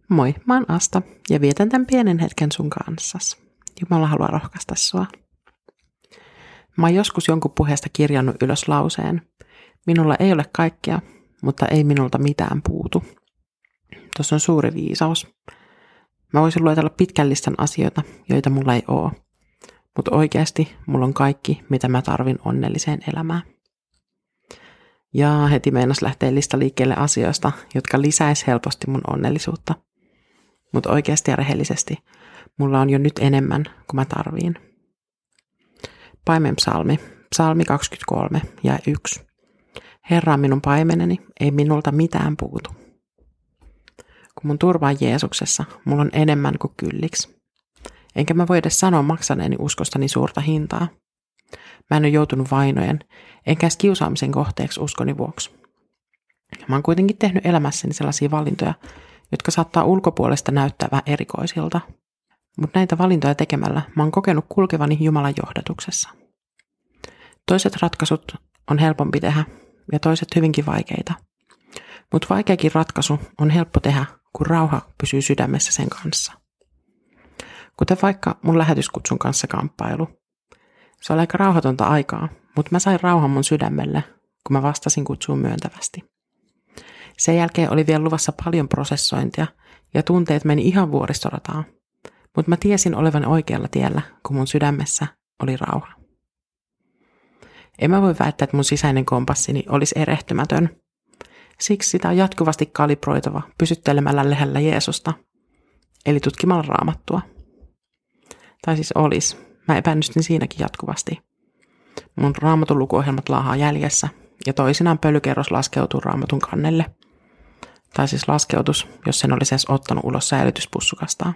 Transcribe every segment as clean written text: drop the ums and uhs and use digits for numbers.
Moi, mä oon Asta ja vietän tämän pienen hetken sun kanssas. Jumala haluaa rohkaista sua. Mä oon joskus jonkun puheesta kirjannut ylös lauseen. Minulla ei ole kaikkea, mutta ei minulta mitään puutu. Tuossa on suuri viisaus. Mä voisin luetella pitkän listan asioita, joita mulla ei oo. Mutta oikeasti mulla on kaikki, mitä mä tarvin onnelliseen elämään. Ja heti meinas lähtee lista liikkeelle asioista, jotka lisäis helposti mun onnellisuutta. Mutta oikeasti ja rehellisesti mulla on jo nyt enemmän kuin mä tarviin. Paimenpsalmi, psalmi 23 ja 1. Herra on minun paimeneni, ei minulta mitään puutu. Kun mun turva on Jeesuksessa, mulla on enemmän kuin kylliksi. Enkä mä voi edes sanoa maksaneeni uskostani suurta hintaa. Mä en ole joutunut vainojen, enkä edes kiusaamisen kohteeksi uskoni vuoksi. Mä oon kuitenkin tehnyt elämässäni sellaisia valintoja, jotka saattaa ulkopuolesta näyttää vähän erikoisilta. Mutta näitä valintoja tekemällä mä oon kokenut kulkevani Jumalan johdatuksessa. Toiset ratkaisut on helpompi tehdä ja toiset hyvinkin vaikeita. Mutta vaikeakin ratkaisu on helppo tehdä, kun rauha pysyy sydämessä sen kanssa. Kuten vaikka mun lähetyskutsun kanssa kamppailu. Se oli aika rauhatonta aikaa, mutta mä sain rauhan mun sydämelle, kun mä vastasin kutsuun myöntävästi. Sen jälkeen oli vielä luvassa paljon prosessointia ja tunteet meni ihan vuoristorataan, mutta mä tiesin olevan oikealla tiellä, kun mun sydämessä oli rauha. En mä voi väittää, että mun sisäinen kompassini olisi erehtymätön. Siksi sitä on jatkuvasti kalibroitava pysyttelemällä lähellä Jeesusta, eli tutkimalla Raamattua. Tai siis olisi. Mä epäonnistyn siinäkin jatkuvasti. Mun Raamatun lukuohjelmat laahaa jäljessä ja toisinaan pölykerros laskeutuu Raamatun kannelle. Tai siis laskeutus, jos sen olisi edes ottanut ulos säilytyspussukastaan.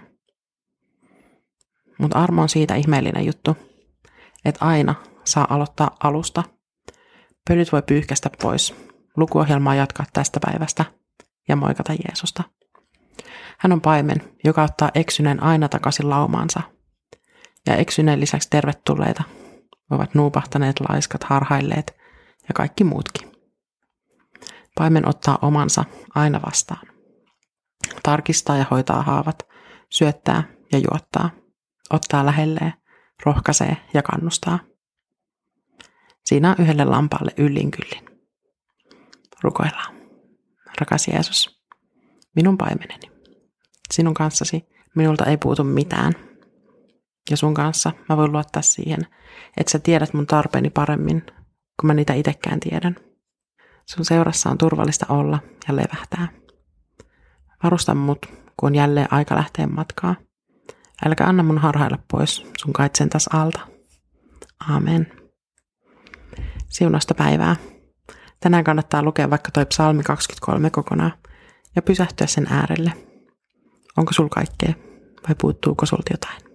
Mutta armo on siitä ihmeellinen juttu, että aina saa aloittaa alusta. Pölyt voi pyyhkästä pois, lukuohjelmaa jatkaa tästä päivästä ja moikata Jeesusta. Hän on paimen, joka ottaa eksyneen aina takaisin laumaansa. Ja eksyneen lisäksi tervetulleita ovat nuupahtaneet, laiskat, harhailleet ja kaikki muutkin. Paimen ottaa omansa aina vastaan. Tarkistaa ja hoitaa haavat, syöttää ja juottaa, ottaa lähelleen, rohkaisee ja kannustaa. Siinä on yhdelle lampaalle yllin kyllin. Rukoillaan. Rakas Jeesus, minun paimeneni. Sinun kanssasi minulta ei puutu mitään. Ja sun kanssa mä voin luottaa siihen, että sä tiedät mun tarpeeni paremmin, kun mä niitä itsekään tiedän. Sun seurassa on turvallista olla ja levähtää. Varusta mut, kun on jälleen aika lähteä matkaa. Älkä anna mun harhailla pois sun kaitsentas alta. Aamen. Siunasta päivää. Tänään kannattaa lukea vaikka toi psalmi 23 kokonaan ja pysähtyä sen äärelle. Onko sul kaikkea vai puuttuuko sulta jotain?